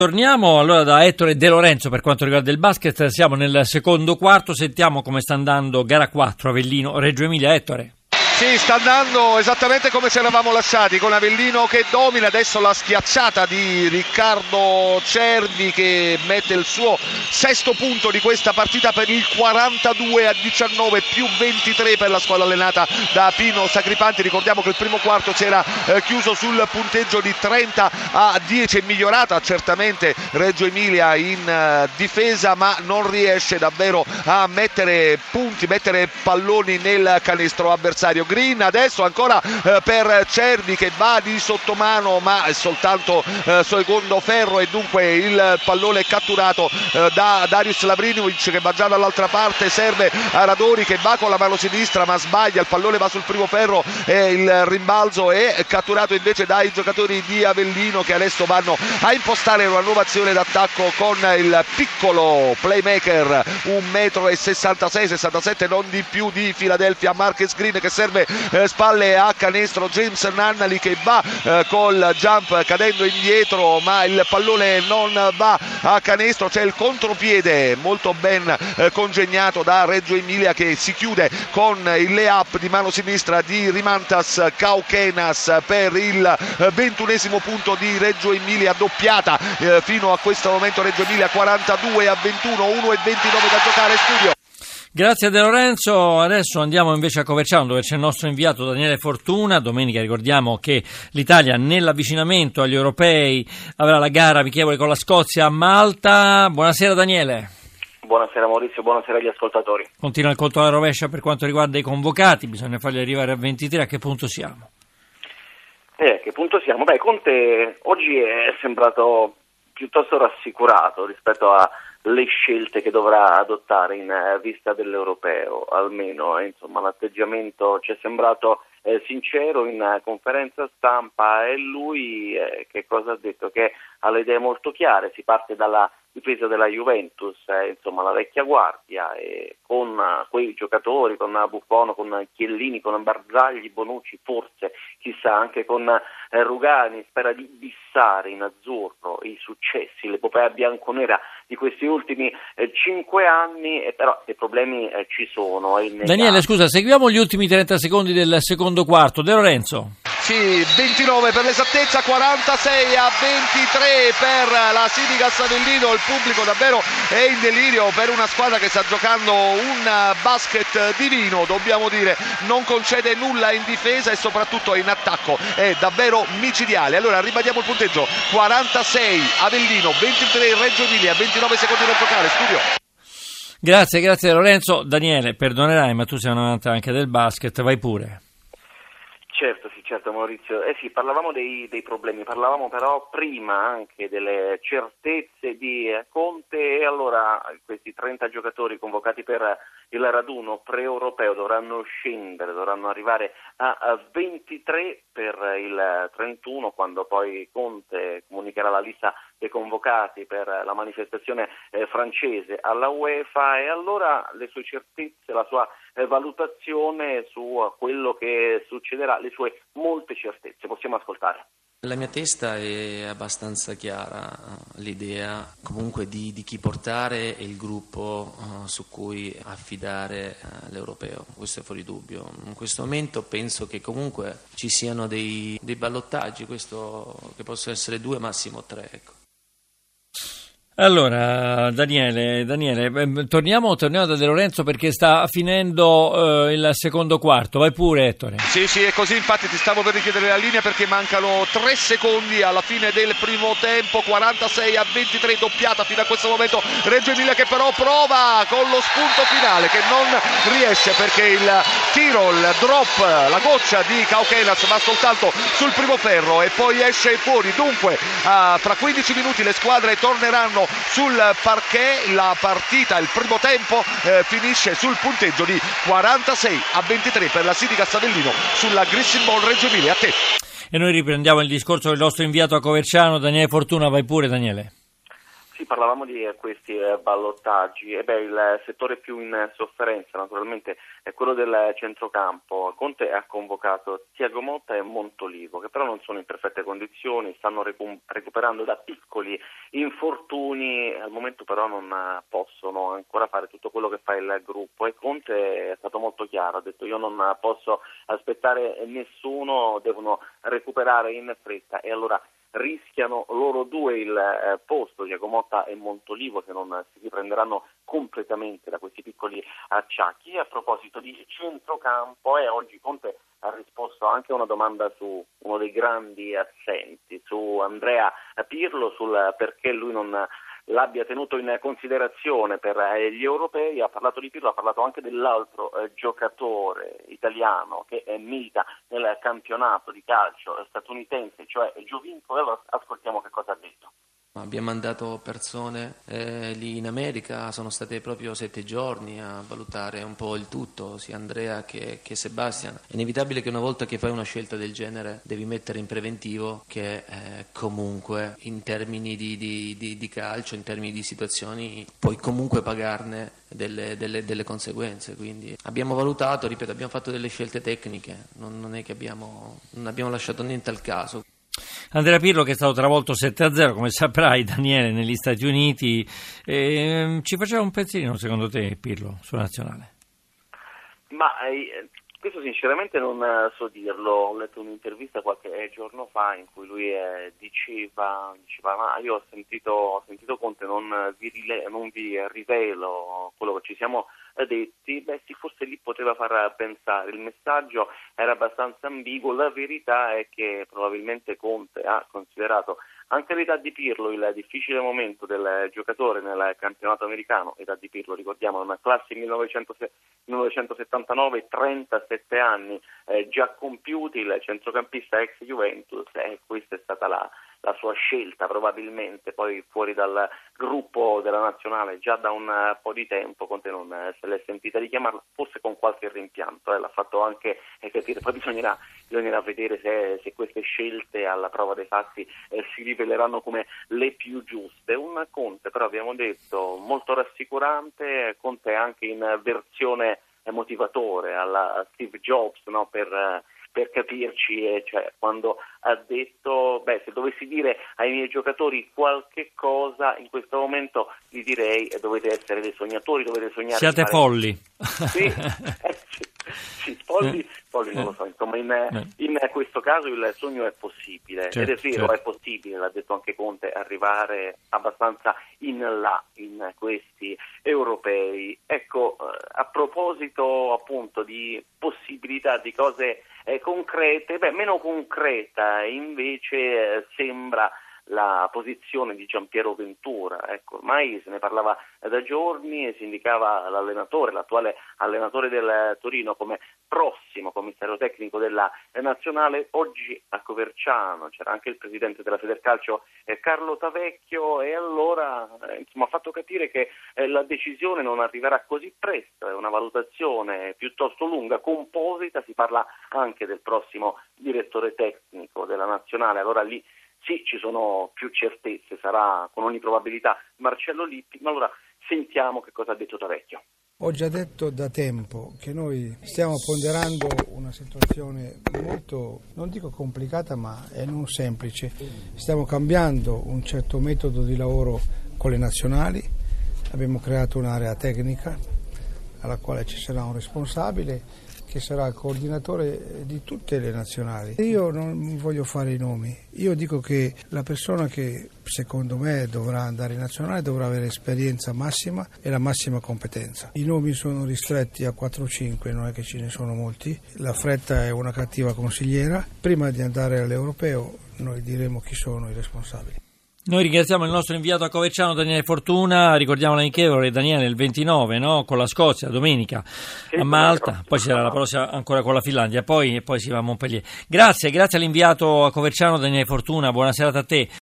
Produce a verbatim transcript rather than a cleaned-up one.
Torniamo allora da Ettore De Lorenzo per quanto riguarda il basket. Siamo nel secondo quarto, sentiamo come sta andando gara quattro, Avellino Reggio Emilia. Ettore. Sì, sta andando esattamente come ci eravamo lasciati, con Avellino che domina. Adesso la schiacciata di Riccardo Cervi che mette il suo sesto punto di questa partita per il quarantadue a diciannove più ventitré per la squadra allenata da Pino Sacripanti. Ricordiamo che il primo quarto si era eh, chiuso sul punteggio di trenta a dieci, è migliorata certamente Reggio Emilia in uh, difesa, ma non riesce davvero a mettere punti, mettere palloni nel canestro avversario. Green adesso ancora eh, per Cervi che va di sottomano, ma è soltanto eh, secondo ferro e dunque il pallone è catturato eh, da Darius Lavrinovic che va già dall'altra parte. Serve a Radori che va con la mano sinistra ma sbaglia, il pallone va sul primo ferro e il rimbalzo è catturato invece dai giocatori di Avellino che adesso vanno a impostare una nuova azione d'attacco con il piccolo playmaker un metro e sessantasei sessantasette non di più di Philadelphia, Marcus Green che serve Eh, spalle a canestro, James Nannali che va eh, col jump cadendo indietro ma il pallone non va a canestro. C'è il contropiede molto ben eh, congegnato da Reggio Emilia che si chiude con il lay-up di mano sinistra di Rimantas Kaukenas per il eh, ventunesimo punto di Reggio Emilia, doppiata eh, fino a questo momento Reggio Emilia quarantadue a ventuno, uno e ventinove da giocare. Studio. Grazie De Lorenzo. Adesso andiamo invece a Coverciano dove c'è il nostro inviato Daniele Fortuna. Domenica ricordiamo che l'Italia nell'avvicinamento agli europei avrà la gara amichevole con la Scozia a Malta. Buonasera Daniele. Buonasera Maurizio, buonasera agli ascoltatori. Continua il conto alla rovescia per quanto riguarda i convocati, bisogna farli arrivare a ventitré. A che punto siamo? Eh, a che punto siamo? Beh, Conte oggi è sembrato piuttosto rassicurato rispetto a le scelte che dovrà adottare in vista dell'europeo, almeno eh, insomma l'atteggiamento ci è sembrato eh, sincero in conferenza stampa. E lui eh, che cosa ha detto? Che ha le idee molto chiare, si parte dalla difesa della Juventus, eh, insomma la vecchia guardia, e con uh, quei giocatori, con uh, Buffon, con Chiellini, con Barzagli, Bonucci, forse chissà anche con uh, Rugani, spera di bissare in azzurro i successi, l'epopea bianconera di questi ultimi eh, cinque anni, e però i problemi eh, ci sono. Daniele, scusa, seguiamo gli ultimi trenta secondi del secondo quarto. De Lorenzo. Sì, ventinove per l'esattezza, quarantasei a ventitré per la Sidigas Avellino. Il pubblico davvero è in delirio per una squadra che sta giocando un basket divino, dobbiamo dire, non concede nulla in difesa e soprattutto in attacco è davvero micidiale. Allora ribadiamo il punteggio: quarantasei Avellino, ventitré Reggio Emilia, ventinove secondi da giocare. Studio. Grazie, grazie Lorenzo. Daniele, perdonerai, ma tu sei un amante anche del basket, vai pure. Certo, sì, certo Maurizio. Eh sì, parlavamo dei, dei problemi, parlavamo però prima anche delle certezze di Conte, e allora questi trenta giocatori convocati per il raduno pre-europeo dovranno scendere, dovranno arrivare a, a ventitré per il trentuno, quando poi Conte comunicherà la lista dei convocati per la manifestazione eh, francese alla UEFA. E allora le sue certezze, la sua eh, valutazione su quello che succederà, le sue molte certezze, possiamo ascoltare. La mia testa è abbastanza chiara, l'idea comunque di, di chi portare e il gruppo uh, su cui affidare uh, l'europeo, questo è fuori dubbio. In questo momento penso che comunque ci siano dei, dei ballottaggi, questo che possono essere due, massimo tre, ecco. Allora Daniele, Daniele torniamo, torniamo da De Lorenzo perché sta finendo eh, il secondo quarto. Vai pure Ettore. Sì sì è così, infatti ti stavo per richiedere la linea perché mancano tre secondi alla fine del primo tempo. Quarantasei a ventitré, doppiata fino a questo momento Reggio Emilia che però prova con lo spunto finale che non riesce perché il tiro, il drop, la goccia di Kaukenas va soltanto sul primo ferro e poi esce fuori. Dunque uh, tra quindici minuti le squadre torneranno sul parquet. La partita, il primo tempo eh, finisce sul punteggio di quarantasei a ventitré per la Sidigas Avellino sulla Grissing Ball Reggio Emilia. A te. E noi riprendiamo il discorso del nostro inviato a Coverciano Daniele Fortuna. Vai pure Daniele. Sì, parlavamo di questi eh, ballottaggi. E beh, il settore più in sofferenza naturalmente è quello del centrocampo. Conte ha convocato Thiago Motta e Montolivo, che però non sono in perfette condizioni, stanno recu- recuperando da piccoli infortuni, al momento però non possono ancora fare tutto quello che fa il gruppo, e Conte è stato molto chiaro, ha detto io non posso aspettare nessuno, devono recuperare in fretta, e allora rischiano loro due il eh, posto, Thiago Motta e Montolivo, se non si riprenderanno completamente da questi piccoli acciacchi. A proposito di centrocampo, e oggi Conte ha risposto anche a una domanda su uno dei grandi assenti, su Andrea Pirlo, sul perché lui non l'abbia tenuto in considerazione per gli europei. Ha parlato di Pirlo, ha parlato anche dell'altro eh, giocatore italiano che eh, milita nel campionato di calcio statunitense, cioè Giovinco. Allora ascoltiamo che cosa ha detto. Abbiamo mandato persone eh, lì in America, sono state proprio sette giorni a valutare un po' il tutto, sia Andrea che, che Sebastian. È inevitabile che una volta che fai una scelta del genere devi mettere in preventivo che eh, comunque in termini di, di, di, di calcio, in termini di situazioni, puoi comunque pagarne delle, delle, delle conseguenze. Quindi abbiamo valutato, ripeto, abbiamo fatto delle scelte tecniche, non, non è che abbiamo, non abbiamo lasciato niente al caso. Andrea Pirlo, che è stato travolto sette a zero, come saprai, Daniele, negli Stati Uniti. Eh, ci faceva un pensierino, secondo te, Pirlo, sulla nazionale? Ma eh, questo sinceramente non so dirlo. Ho letto un'intervista qualche giorno fa in cui lui eh, diceva, diceva ma io ho sentito, ho sentito Conte, non vi, rile- non vi rivelo quello che ci siamo detti. Beh sì, forse lì poteva far pensare, il messaggio era abbastanza ambiguo. La verità è che probabilmente Conte ha considerato anche l'età di Pirlo, il difficile momento del giocatore nel campionato americano. Età di Pirlo, ricordiamo, una classe millenovecentosettantanove, trentasette anni eh, già compiuti, il centrocampista ex Juventus, e eh, questa è stata la la sua scelta probabilmente, poi fuori dal gruppo della nazionale già da un po' di tempo. Conte non se l'è sentita richiamarlo, forse con qualche rimpianto, eh, l'ha fatto anche eh, capire. Poi bisognerà, bisognerà vedere se, se queste scelte alla prova dei fatti eh, si riveleranno come le più giuste. Un Conte però, abbiamo detto, molto rassicurante. Conte anche in versione motivatore alla Steve Jobs, no, per per capirci, eh, cioè quando ha detto beh, se dovessi dire ai miei giocatori qualche cosa in questo momento gli direi eh, dovete essere dei sognatori, dovete sognare. Siate folli. Sì, eh, sì, sì, folli, folli non lo so, insomma in, in questo caso il sogno è possibile, certo, ed è vero, certo. È possibile, l'ha detto anche Conte, arrivare abbastanza in là in questi europei. Ecco, eh, a proposito appunto di possibilità, di cose eh, concrete, beh, meno concreta invece eh, sembra la posizione di Giampiero Ventura. Ecco, ormai se ne parlava da giorni e si indicava l'allenatore, l'attuale allenatore del Torino, come prossimo commissario tecnico della nazionale. Oggi a Coverciano c'era anche il presidente della Federcalcio eh, Carlo Tavecchio, e allora eh, insomma, ha fatto capire che eh, la decisione non arriverà così presto, è una valutazione piuttosto lunga, composita. Si parla anche del prossimo direttore tecnico della nazionale, allora lì sì, ci sono più certezze, sarà con ogni probabilità Marcello Lippi, ma allora sentiamo che cosa ha detto Tavecchio. Ho già detto da tempo che noi stiamo ponderando una situazione molto, non dico complicata, ma è non semplice. Stiamo cambiando un certo metodo di lavoro con le nazionali, abbiamo creato un'area tecnica alla quale ci sarà un responsabile che sarà il coordinatore di tutte le nazionali. Io non voglio fare i nomi, io dico che la persona che secondo me dovrà andare in nazionale dovrà avere esperienza massima e la massima competenza. I nomi sono ristretti a quattro o cinque, non è che ce ne sono molti, la fretta è una cattiva consigliera. Prima di andare all'europeo noi diremo chi sono i responsabili. Noi ringraziamo il nostro inviato a Coverciano Daniele Fortuna, ricordiamo l'amichevole Daniele il ventinove, no? Con la Scozia, domenica a Malta, poi ci sarà la prossima ancora con la Finlandia, poi, e poi si va a Montpellier. Grazie, grazie all'inviato a Coverciano Daniele Fortuna, buona serata a te.